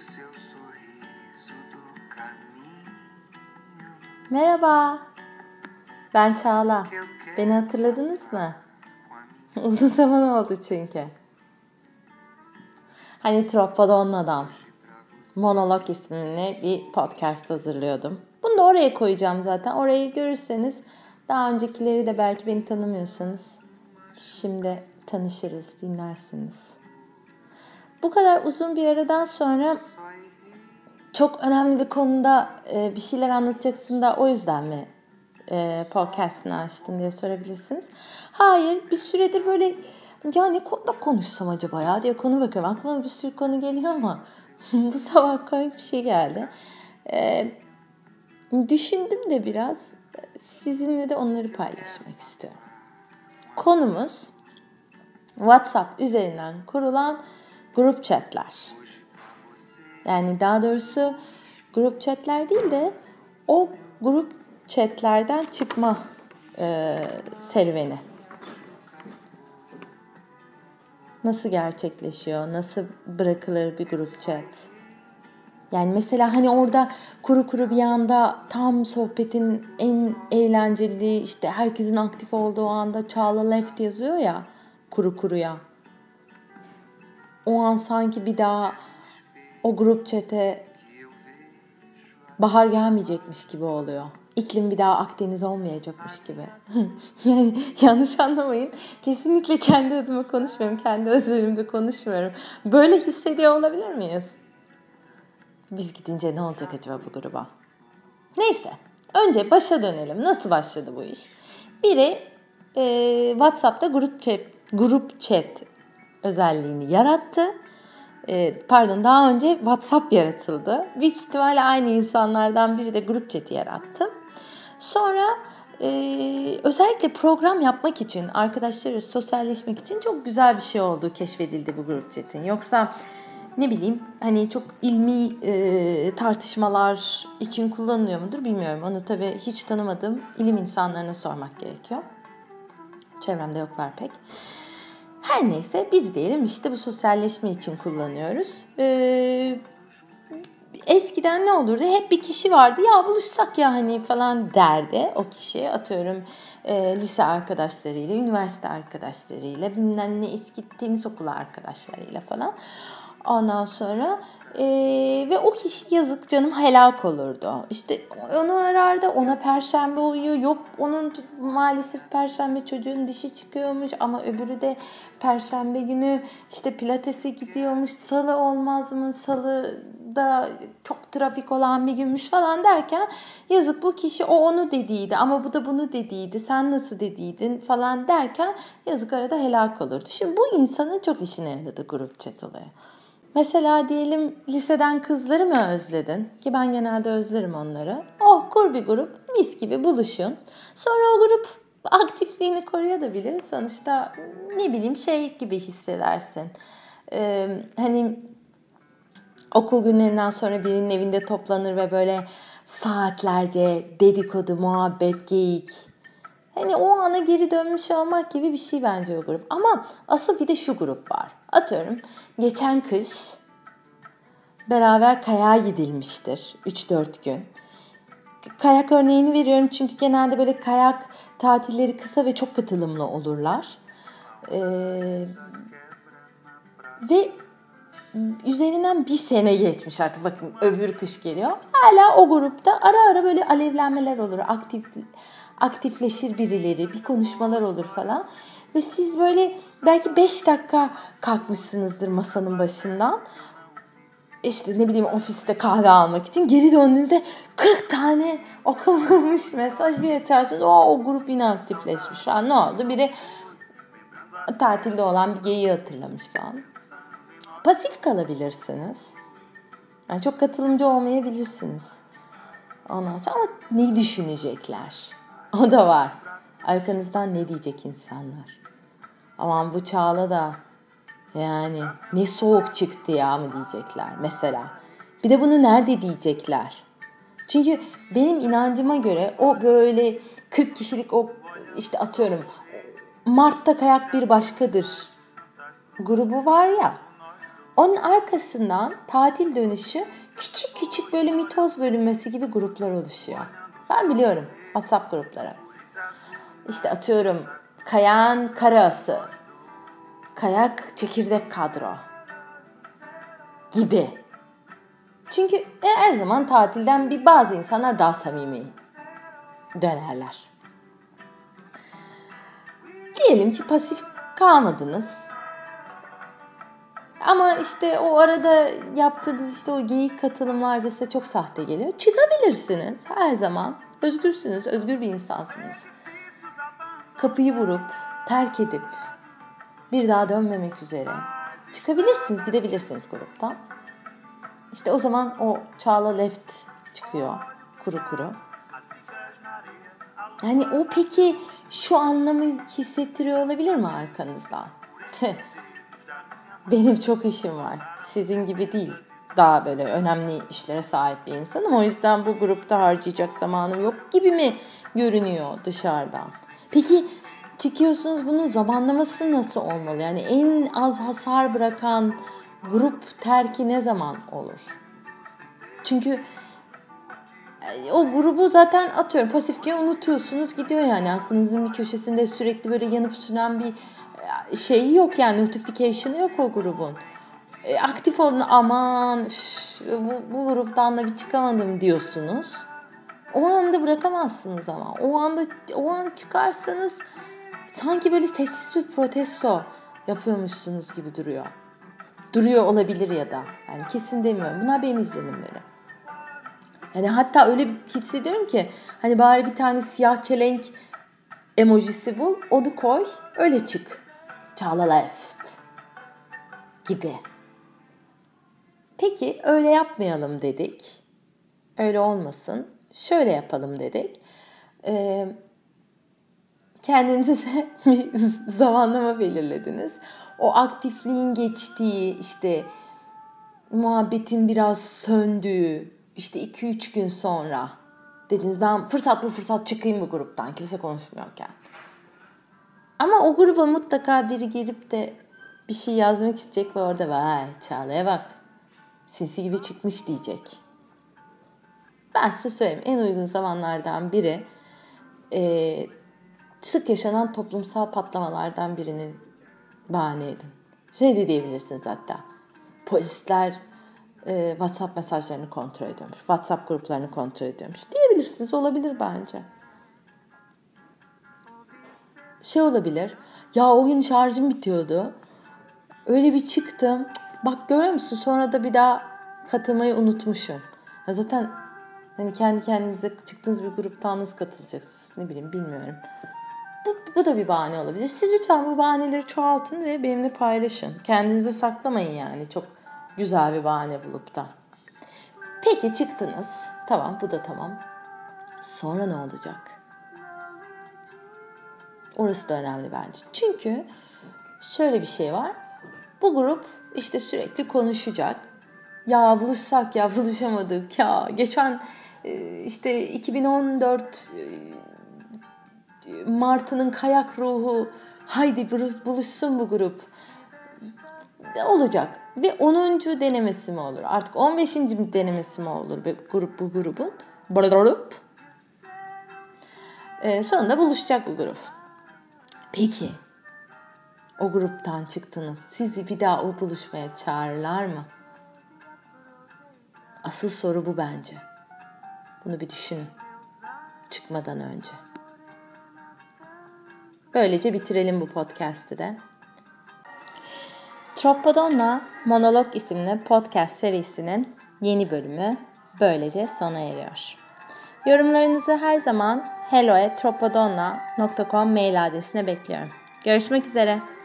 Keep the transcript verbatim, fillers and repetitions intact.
Merhaba, ben Çağla. Beni hatırladınız mı? Uzun zaman oldu çünkü. Hani Tropodonla'dan Monolog isimli bir podcast hazırlıyordum. Bunu da oraya koyacağım zaten. Orayı görürseniz, daha öncekileri de belki beni tanımıyorsanız şimdi tanışırız, dinlersiniz. Bu kadar uzun bir aradan sonra çok önemli bir konuda bir şeyler anlatacaksın da o yüzden mi podcast'ını açtın diye sorabilirsiniz. Hayır, bir süredir böyle ya ne konuda konuşsam acaba ya diye konu bakıyorum. Aklıma bir sürü konu geliyor ama bu sabah komik bir şey geldi. Ee, düşündüm de biraz, sizinle de onları paylaşmak istiyorum. Konumuz WhatsApp üzerinden kurulan grup chatler. Yani daha doğrusu grup chatler değil de o grup chatlerden çıkma e, serüveni. Nasıl gerçekleşiyor? Nasıl bırakılır bir grup chat? Yani mesela hani orada kuru kuru bir anda tam sohbetin en eğlenceli, işte herkesin aktif olduğu anda Çağla left yazıyor ya kuru kuruya. O an sanki bir daha o grup chat'e bahar gelmeyecekmiş gibi oluyor. İklim bir daha Akdeniz olmayacakmış gibi. Yani yanlış anlamayın. Kesinlikle kendi adıma konuşmuyorum. Kendi özelimde konuşmuyorum. Böyle hissediyor olabilir miyiz? Biz gidince ne olacak acaba bu gruba? Neyse. Önce başa dönelim. Nasıl başladı bu iş? Biri e, WhatsApp'ta grup chat, grup chat özelliğini yarattı. E, pardon daha önce WhatsApp yaratıldı. Büyük ihtimalle aynı insanlardan biri de grup chat'i yarattı. Sonra e, özellikle program yapmak için, arkadaşlarla sosyalleşmek için çok güzel bir şey olduğu keşfedildi bu grup chat'in. Yoksa ne bileyim hani çok ilmi e, tartışmalar için kullanılıyor mudur bilmiyorum. Onu tabii hiç tanımadığım ilim insanlarına sormak gerekiyor. Çevremde yoklar pek. Her neyse biz diyelim işte bu sosyalleşme için kullanıyoruz. Ee, eskiden ne olurdu? Hep bir kişi vardı. Ya buluşsak ya hani falan derdi o kişi. Atıyorum e, lise arkadaşlarıyla, üniversite arkadaşlarıyla, bilmem ne eski tenis okulu arkadaşlarıyla falan. Ondan sonra e, ve o kişi yazık canım helak olurdu. İşte onu arardı, ona perşembe oluyor. Yok onun maalesef perşembe çocuğun dişi çıkıyormuş ama öbürü de perşembe günü işte pilatese gidiyormuş. Salı olmaz mı? Salı da çok trafik olan bir günmüş falan derken yazık bu kişi o onu dediydi ama bu da bunu dediydi. Sen nasıl dediydin falan derken yazık arada helak olurdu. Şimdi bu insanın çok işine yaradı grup chat olayı. Mesela diyelim liseden kızları mı özledin? Ki ben genelde özlerim onları. Oh kur bir grup, mis gibi buluşun. Sonra o grup aktifliğini koruyabilir. Sonuçta ne bileyim şey gibi hissedersin. Ee, hani okul günlerinden sonra birinin evinde toplanır ve böyle saatlerce dedikodu, muhabbet, geyik. Hani o ana geri dönmüş olmak gibi bir şey bence o grup. Ama asıl bir de şu grup var. Atıyorum geçen kış beraber kayağa gidilmiştir üç dört gün. Kayak örneğini veriyorum çünkü genelde böyle kayak tatilleri kısa ve çok katılımlı olurlar. Ee, ve üzerinden bir sene geçmiş artık bakın öbür kış geliyor. Hala o grupta ara ara böyle alevlenmeler olur. Aktif aktifleşir birileri, bir konuşmalar olur falan. Ve siz böyle belki beş dakika kalkmışsınızdır masanın başından. İşte ne bileyim ofiste kahve almak için geri döndüğünüzde kırk tane okunmamış mesaj bir açarsınız. O, o grup yine aktifleşmiş falan. Ne oldu? Biri tatilde olan bir geyiği hatırlamış falan. Pasif kalabilirsiniz. Yani çok katılımcı olmayabilirsiniz. Ondan sonra ama ne düşünecekler? O da var. Arkanızdan ne diyecek insanlar? Aman bu Çağla da yani ne soğuk çıktı ya mı diyecekler mesela. Bir de bunu nerede diyecekler? Çünkü benim inancıma göre o böyle kırk kişilik o işte atıyorum Mart'ta kayak bir başkadır grubu var ya. Onun arkasından tatil dönüşü küçük küçük böyle mitoz bölünmesi gibi gruplar oluşuyor. Ben biliyorum WhatsApp grupları. İşte atıyorum Kayan Karaası, Kayak Çekirdek Kadro gibi. Çünkü her zaman tatilden bir bazı insanlar daha samimi dönerler. Diyelim ki pasif kalmadınız. Ama işte o arada yaptığınız işte o geyik katılımlar da size çok sahte geliyor. Çıkabilirsiniz her zaman. Özgürsünüz, özgür bir insansınız. Kapıyı vurup, terk edip, bir daha dönmemek üzere çıkabilirsiniz, gidebilirsiniz gruptan. İşte o zaman o Çağla Left çıkıyor, kuru kuru. Yani o peki şu anlamı hissettiriyor olabilir mi arkanızdan? Benim çok işim var. Sizin gibi değil. Daha böyle önemli işlere sahip bir insanım. O yüzden bu grupta harcayacak zamanım yok gibi mi görünüyor dışarıdan? Peki çıkıyorsunuz, bunun zamanlaması nasıl olmalı? Yani en az hasar bırakan grup terki ne zaman olur? Çünkü o grubu zaten atıyorum pasifken unutuyorsunuz, gidiyor yani aklınızın bir köşesinde sürekli böyle yanıp sönen bir şeyi yok yani, notification'ı yok o grubun. E, aktif olun, aman üf, bu, bu gruptan da bir çıkamadım diyorsunuz. O anda bırakamazsınız ama. O anda o an çıkarsanız sanki böyle sessiz bir protesto yapıyormuşsunuz gibi duruyor. Duruyor olabilir ya da. Yani kesin demiyorum. Bunlar benim izlenimlerim. Yani hatta öyle bir hissediyorum ki hani bari bir tane siyah çelenk emojisi bul, onu koy, öyle çık. Çağla Left gibi. Peki öyle yapmayalım dedik. Öyle olmasın. Şöyle yapalım dedik. Ee, kendinize bir zamanlama belirlediniz. O aktifliğin geçtiği, işte muhabbetin biraz söndüğü, işte iki üç gün sonra dediniz ben fırsat bu fırsat çıkayım bu gruptan kimse konuşmuyorken. Ama o gruba mutlaka biri girip de bir şey yazmak isteyecek ve orada vay Çağla'ya bak sinsi gibi çıkmış diyecek. Ben size söyleyeyim, en uygun zamanlardan biri e, sık yaşanan toplumsal patlamalardan birini bahane edin. Şey de diyebilirsiniz hatta. Polisler e, WhatsApp mesajlarını kontrol ediyormuş. WhatsApp gruplarını kontrol ediyormuş. Diyebilirsiniz, olabilir bence. Şey olabilir. Ya o gün şarjım bitiyordu. Öyle bir çıktım. Bak görüyor musun? Sonra da bir daha katılmayı unutmuşum. Ya zaten hani kendi kendinize çıktığınız bir gruptan nasıl katılacaksınız? Ne bileyim, bilmiyorum. Bu, bu da bir bahane olabilir. Siz lütfen bu bahaneleri çoğaltın ve benimle paylaşın. Kendinize saklamayın yani. Çok güzel bir bahane bulup da. Peki çıktınız. Tamam, bu da tamam. Sonra ne olacak? Orası da önemli bence. Çünkü şöyle bir şey var. Bu grup işte sürekli konuşacak. Ya buluşsak ya buluşamadık ya. Geçen işte iki bin on dört Martı'nın kayak ruhu, haydi buluşsun bu grup olacak. Ve onuncu denemesi mi olur? Artık on beşinci denemesi mi olur grup bu grubun? Grup. Ee, sonunda buluşacak bu grup. Peki o gruptan çıktınız. Sizi bir daha o buluşmaya çağırırlar mı? Asıl soru bu bence. Bunu bir düşünün. Çıkmadan önce. Böylece bitirelim bu podcast'ı da. Troppo Donna Monolog isimli podcast serisinin yeni bölümü böylece sona eriyor. Yorumlarınızı her zaman hello at tropodonna nokta com mail adresine bekliyorum. Görüşmek üzere.